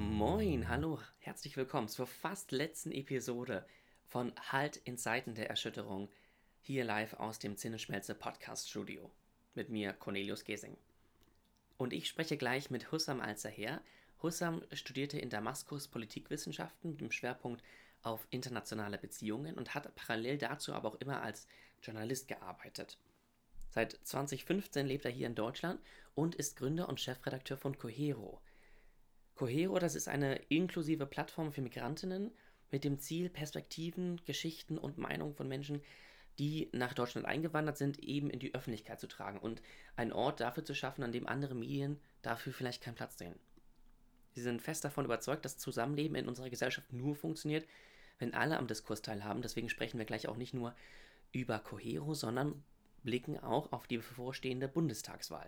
Moin, hallo, herzlich willkommen zur fast letzten Episode von Halt in Zeiten der Erschütterung, hier live aus dem Zinneschmelze Podcast Studio mit mir, Cornelius Gesing. Und ich spreche gleich mit Hussam Al-Zaher. Hussam studierte in Damaskus Politikwissenschaften mit dem Schwerpunkt auf internationale Beziehungen und hat parallel dazu aber auch immer als Journalist gearbeitet. Seit 2015 lebt er hier in Deutschland und ist Gründer und Chefredakteur von Cohero. Cohero, das ist eine inklusive Plattform für Migrantinnen mit dem Ziel, Perspektiven, Geschichten und Meinungen von Menschen, die nach Deutschland eingewandert sind, eben in die Öffentlichkeit zu tragen und einen Ort dafür zu schaffen, an dem andere Medien dafür vielleicht keinen Platz sehen. Sie sind fest davon überzeugt, dass Zusammenleben in unserer Gesellschaft nur funktioniert, wenn alle am Diskurs teilhaben. Deswegen sprechen wir gleich auch nicht nur über Cohero, sondern blicken auch auf die bevorstehende Bundestagswahl.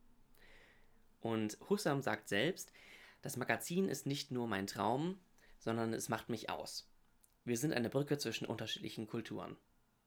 Und Hussam sagt selbst, das Magazin ist nicht nur mein Traum, sondern es macht mich aus. Wir sind eine Brücke zwischen unterschiedlichen Kulturen.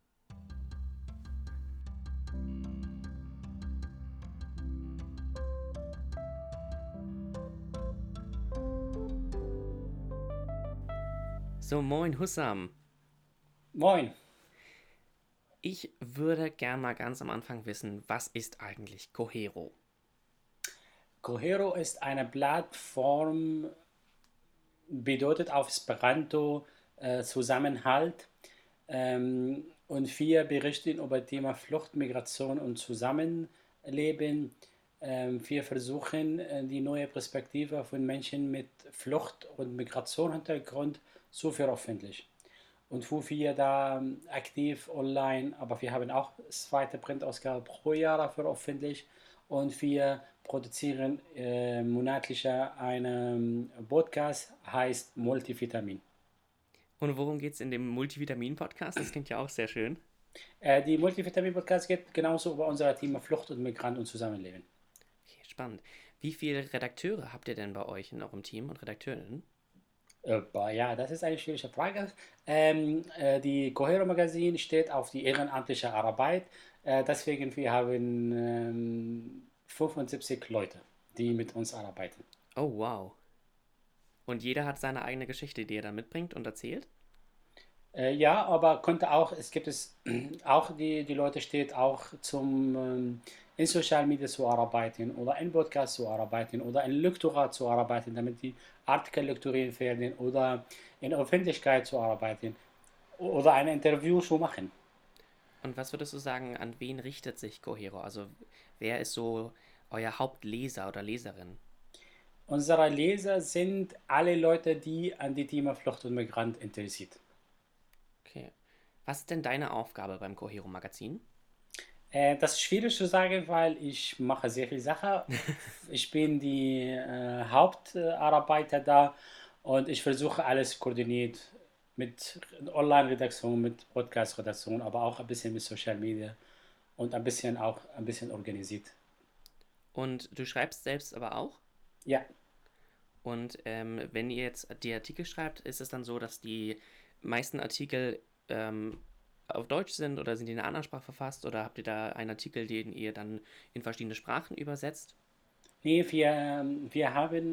So, moin Hussam. Moin. Ich würde gern mal ganz am Anfang wissen, was ist eigentlich Cohero? Cohero ist eine Plattform, bedeutet auf Esperanto Zusammenhalt. Und wir berichten über Thema Flucht, Migration und Zusammenleben. Wir versuchen, die neue Perspektive von Menschen mit Flucht- und Migrationshintergrund zu veröffentlichen. Und wo wir da aktiv online, aber wir haben auch zweite Printausgabe pro Jahr veröffentlicht und wir produzieren monatlich einen Podcast, heißt Multivitamin. Und worum geht es in dem Multivitamin-Podcast? Das klingt ja auch sehr schön. Die Multivitamin-Podcast geht genauso über unser Thema Flucht und Migrant und Zusammenleben. Okay, spannend. Wie viele Redakteure habt ihr denn bei euch in eurem Team und Redakteurinnen? Ja, das ist eine schwierige Frage. Die Cohero Magazin steht auf die ehrenamtliche Arbeit. Deswegen wir haben 75 Leute, die mit uns arbeiten. Oh, wow. Und jeder hat seine eigene Geschichte, die er dann mitbringt und erzählt? Ja, aber könnte auch, es gibt es auch die Leute steht auch zum in Social Media zu arbeiten oder in Podcast zu arbeiten oder in Lektorat zu arbeiten, damit die Artikel lektoriert werden oder in Öffentlichkeit zu arbeiten oder ein Interview zu machen. Und was würdest du sagen, an wen richtet sich Cohero? Also wer ist so euer Hauptleser oder Leserin? Unsere Leser sind alle Leute, die an die Thema Flucht und Migrant interessiert. Okay. Was ist denn deine Aufgabe beim Cohero Magazin? Das ist schwierig zu sagen, weil ich mache sehr viel Sache. Ich bin die Hauptarbeiter da und ich versuche alles koordiniert mit Online-Redaktion, mit Podcast-Redaktion, aber auch ein bisschen mit Social Media und ein bisschen organisiert. Und du schreibst selbst aber auch? Ja, Und wenn ihr jetzt die Artikel schreibt, ist es dann so, dass die meisten Artikel auf Deutsch sind oder sind die in einer anderen Sprache verfasst oder habt ihr da einen Artikel, den ihr dann in verschiedene Sprachen übersetzt? nee, wir haben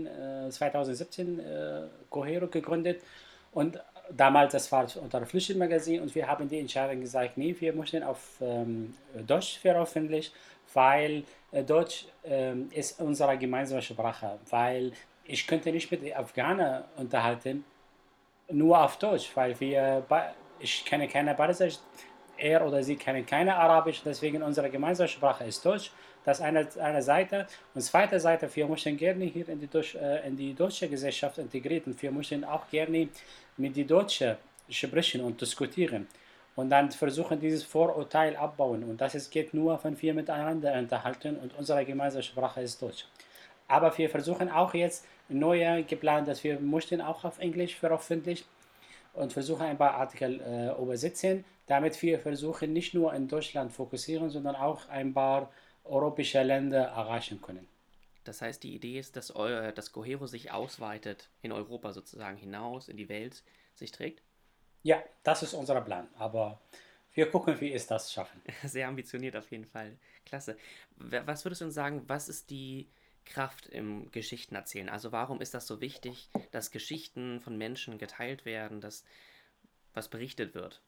2017 Cohero gegründet und damals, das war unter Flüchtlingsmagazin und wir haben die Entscheidung gesagt, nee, wir möchten auf Deutsch veröffentlichen, weil Deutsch ist unsere gemeinsame Sprache, weil ich könnte nicht mit den Afghanen unterhalten, nur auf Deutsch, weil ich kenne keine Badisch, er oder sie kennen keine Arabisch, deswegen unsere gemeinsame Sprache ist Deutsch. Das ist eine Seite. Und zweite Seite, wir möchten gerne hier in die deutsche Gesellschaft integriert und wir möchten auch gerne mit den Deutschen sprechen und diskutieren. Und dann versuchen, dieses Vorurteil abbauen. Und geht nur, wenn wir miteinander unterhalten und unsere gemeinsame Sprache ist Deutsch. Aber wir versuchen auch jetzt neue geplant, dass wir möchten auch auf Englisch veröffentlichen und versuchen ein paar Artikel übersetzen, damit wir versuchen nicht nur in Deutschland fokussieren, sondern auch ein paar europäische Länder erreichen können. Das heißt, die Idee ist, dass das Cohero sich ausweitet in Europa sozusagen hinaus, in die Welt sich trägt. Ja, das ist unser Plan, aber wir gucken, wie es das schaffen. Sehr ambitioniert auf jeden Fall. Klasse. Was würdest du denn sagen, was ist die Kraft im Geschichtenerzählen? Also warum ist das so wichtig, dass Geschichten von Menschen geteilt werden, dass was berichtet wird?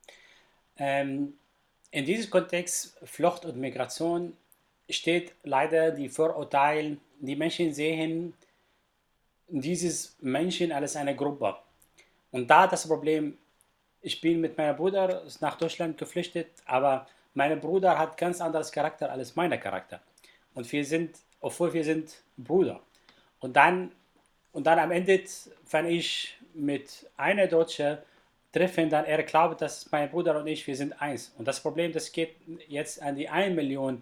Ähm, in diesem Kontext Flucht und Migration steht leider die Vorurteil, die Menschen sehen dieses Menschen als eine Gruppe. Und da das Problem, ich bin mit meinem Bruder nach Deutschland geflüchtet, aber mein Bruder hat ganz anderes Charakter als mein Charakter. Und obwohl wir sind Brüder. Und dann, und dann am Ende, wenn ich mit einer Deutschen treffe, dann er glaubt, dass mein Bruder und ich, wir sind eins. Und das Problem, das geht jetzt an die 1 Million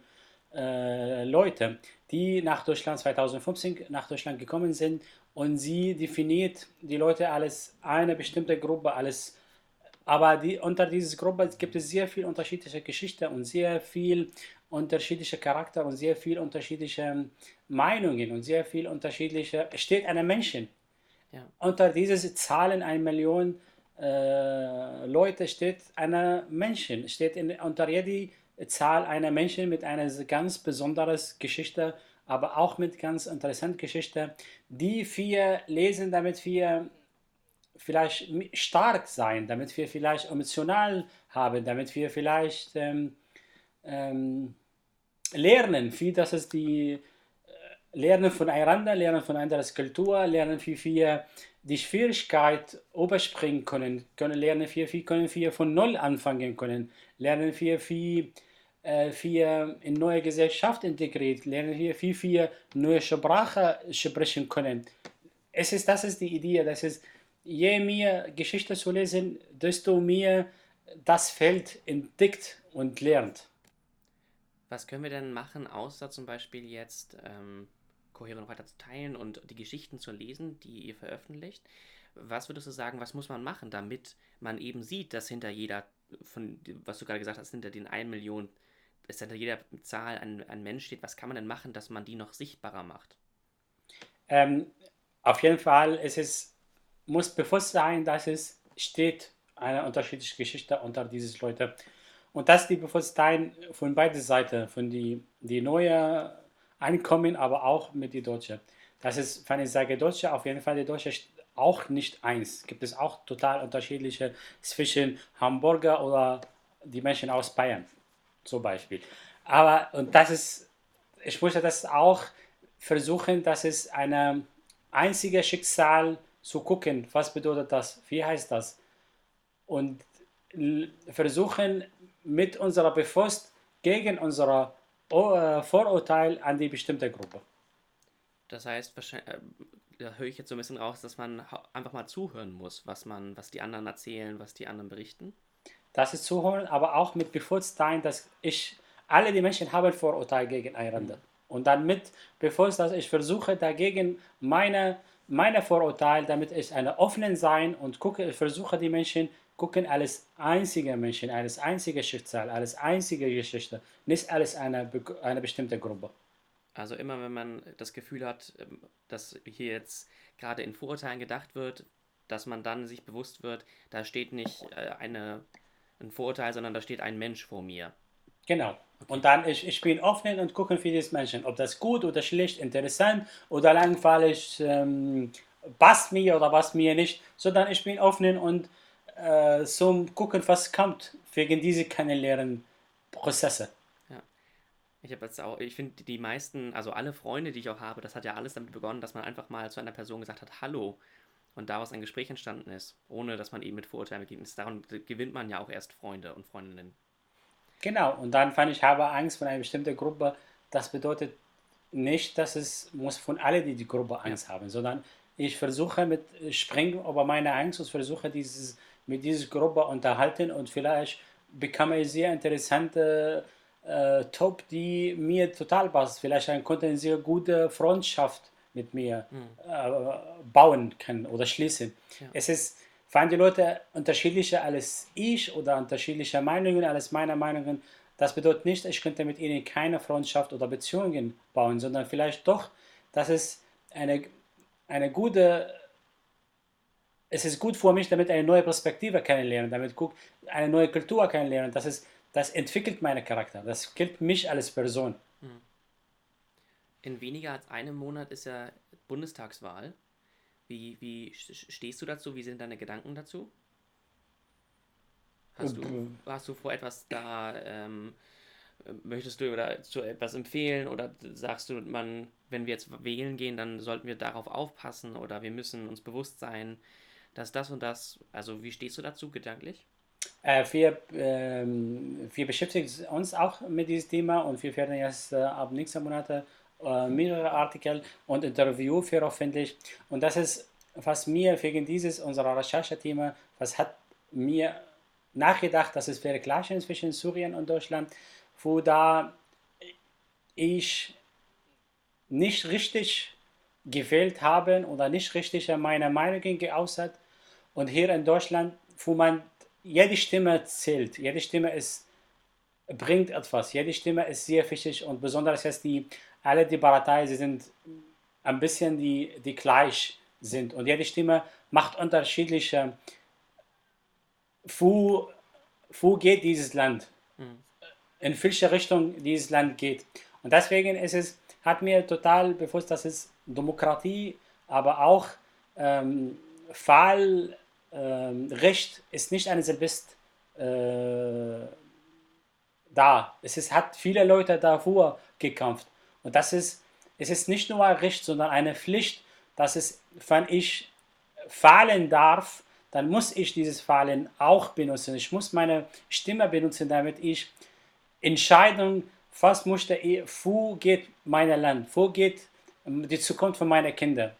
Leute, die nach Deutschland 2015 nach Deutschland gekommen sind und sie definiert die Leute als eine bestimmte Gruppe, aber unter dieser Gruppe gibt es sehr viel unterschiedliche Geschichte und sehr viel unterschiedliche Charakter und sehr viel unterschiedliche Meinungen und sehr viel unterschiedliche, steht einer Menschen. Ja. Unter diese Zahlen 1 Million Leute steht einer Menschen, unter jeder Zahl einer Menschen mit einer ganz besonderen Geschichte, aber auch mit ganz interessanter Geschichte, die wir lesen, damit wir vielleicht stark sein, damit wir vielleicht emotional haben, damit wir vielleicht ähm, lernen, wie das ist lernen voneinander, lernen von anderer Kultur, lernen wie wir die Schwierigkeit überspringen lernen wie können wir von Null anfangen können, lernen wie wir in neue Gesellschaft integriert, lernen wie wir neue Sprache sprechen können. Das ist die Idee, das ist, je mehr Geschichte zu lesen, desto mehr das Feld entdeckt und lernt. Was können wir denn machen, außer zum Beispiel jetzt Kohäre noch weiter zu teilen und die Geschichten zu lesen, die ihr veröffentlicht? Was würdest du sagen, was muss man machen, damit man eben sieht, dass hinter jeder, was du gerade gesagt hast, hinter den 1 Million, dass hinter jeder Zahl ein Mensch steht? Was kann man denn machen, dass man die noch sichtbarer macht? Ähm, auf jeden Fall muss bewusst sein, dass es steht eine unterschiedliche Geschichte unter diesen Leuten. Und dass die Bewusstsein von beiden Seiten, von die neue Einkommen, aber auch mit die Deutsche. Das ist, wenn ich sage Deutsche, auf jeden Fall die Deutsche auch nicht eins. Gibt es auch total unterschiedliche zwischen Hamburger oder die Menschen aus Bayern zum Beispiel. Und ich möchte das auch versuchen, dass es eine einzige Schicksal zu gucken, was bedeutet das, wie heißt das, und versuchen mit unserer Bewusst gegen unser Vorurteil an die bestimmte Gruppe. Das heißt, wahrscheinlich, da höre ich jetzt so ein bisschen raus, dass man einfach mal zuhören muss, was die anderen erzählen, was die anderen berichten. Das ist zuhören, aber auch mit Bewusstsein, dass alle die Menschen haben Vorurteile gegeneinander. Und dann bevor ich versuche dagegen meine Vorurteile, damit ich eine offenen sein und ich versuche die Menschen gucken als einzige Menschen, als einzige Schicksal, als einzige Geschichte, nicht als eine bestimmte Gruppe. Also immer, wenn man das Gefühl hat, dass hier jetzt gerade in Vorurteilen gedacht wird, dass man dann sich bewusst wird, da steht nicht ein Vorurteil, sondern da steht ein Mensch vor mir. Genau. Okay. Und dann ich bin offen und gucken für diese Menschen, ob das gut oder schlecht, interessant oder langweilig, passt mir oder passt mir nicht, sondern ich bin offen und zum gucken, was kommt wegen diese Kennenlernen-Prozesse. Ja. Ich finde die meisten, also alle Freunde, die ich auch habe, das hat ja alles damit begonnen, dass man einfach mal zu einer Person gesagt hat, hallo, und daraus ein Gespräch entstanden ist, ohne dass man eben mit Vorurteilen begegnet ist. Darum gewinnt man ja auch erst Freunde und Freundinnen. Genau, und dann ich habe Angst vor einer bestimmten Gruppe. Das bedeutet nicht, dass es muss von allen die Gruppe Angst haben, sondern ich versuche springen über meine Angst und versuche mit dieser Gruppe unterhalten und vielleicht bekomme ich sehr interessante Top, die mir total passt. Vielleicht konnte eine sehr gute Freundschaft mit mir bauen können oder schließen. Ja. Wenn die Leute unterschiedlicher als ich oder unterschiedliche Meinungen als meine Meinungen, das bedeutet nicht, ich könnte mit ihnen keine Freundschaft oder Beziehungen bauen, sondern vielleicht doch, dass es es ist gut für mich, damit eine neue Perspektive kennenlernen, damit eine neue Kultur kennenlernen, das entwickelt meinen Charakter, das gilt mich als Person. In weniger als einem Monat ist ja Bundestagswahl. Wie stehst du dazu? Wie sind deine Gedanken dazu? Hast du vor etwas da, möchtest du oder zu etwas empfehlen oder sagst du, wenn wir jetzt wählen gehen, dann sollten wir darauf aufpassen oder wir müssen uns bewusst sein, dass das und das, also wie stehst du dazu gedanklich? Wir beschäftigen uns auch mit diesem Thema und wir werden jetzt ab nächsten Monat mehrere Artikel und Interview veröffentlicht. Und das ist, was mir wegen dieses unserer Recherche-Thema, was hat mir nachgedacht, dass es wäre gleich zwischen Syrien und Deutschland, wo da ich nicht richtig gewählt habe oder nicht richtig meine Meinung geäußert. Und hier in Deutschland, wo man jede Stimme zählt, jede Stimme bringt etwas, jede Stimme ist sehr wichtig und besonders jetzt alle die Parteien, sie sind ein bisschen die gleich sind und jede Stimme macht unterschiedliche, wo geht dieses Land, in welche Richtung dieses Land geht. Und deswegen hat mir total bewusst, dass es Demokratie, aber auch Wahlrecht ist nicht eine selbst da. Hat viele Leute davor gekämpft. Und es ist nicht nur ein Recht, sondern eine Pflicht, dass wenn ich wählen darf, dann muss ich dieses Wählen auch benutzen. Ich muss meine Stimme benutzen, damit ich Entscheidung, wo geht mein Land, wo geht die Zukunft von meinen Kindern,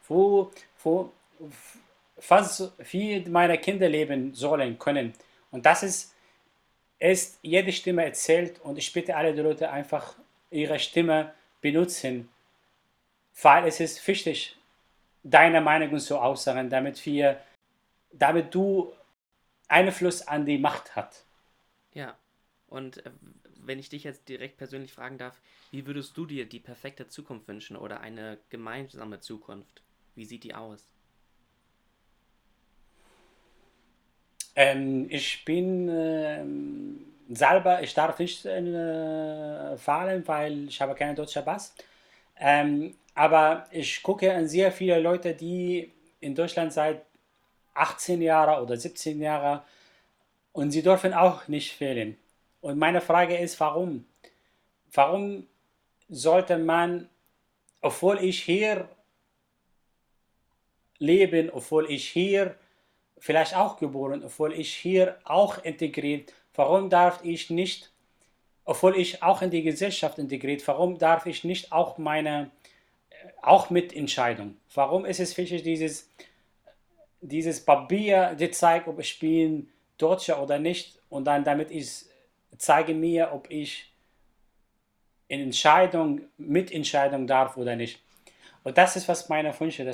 wie meine Kinder leben sollen können. Und das ist jede Stimme erzählt und ich bitte alle die Leute einfach ihre Stimme benutzen, weil es ist wichtig, deine Meinung zu äußern, damit du Einfluss an die Macht hast. Ja, und wenn ich dich jetzt direkt persönlich fragen darf, wie würdest du dir die perfekte Zukunft wünschen oder eine gemeinsame Zukunft? Wie sieht die aus? Ich bin selber, ich darf nicht fahren, weil ich habe keinen deutschen Pass. Aber ich gucke an sehr viele Leute, die in Deutschland seit 18 Jahren oder 17 Jahren und sie dürfen auch nicht fehlen. Und meine Frage ist, warum? Warum sollte man, obwohl ich hier leben, obwohl ich hier vielleicht auch geboren, obwohl ich hier auch integriert, warum darf ich nicht, obwohl ich auch in die Gesellschaft integriert, warum darf ich nicht auch Mitentscheidung? Warum ist es wichtig, dieses Papier, die zeigt, ob ich bin Deutscher oder nicht und dann damit ich zeige mir, ob ich Mitentscheidung darf oder nicht. Und das ist, was meine Wünsche,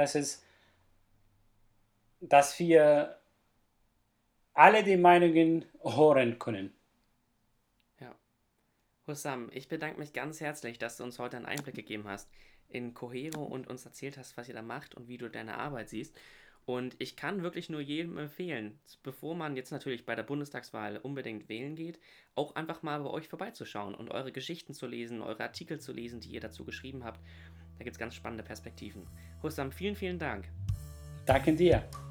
dass wir alle die Meinungen hören können. Ja. Hussam, ich bedanke mich ganz herzlich, dass du uns heute einen Einblick gegeben hast in Cohero und uns erzählt hast, was ihr da macht und wie du deine Arbeit siehst. Und ich kann wirklich nur jedem empfehlen, bevor man jetzt natürlich bei der Bundestagswahl unbedingt wählen geht, auch einfach mal bei euch vorbeizuschauen und eure Geschichten zu lesen, eure Artikel zu lesen, die ihr dazu geschrieben habt. Da gibt es ganz spannende Perspektiven. Hussam, vielen, vielen Dank. Danke dir.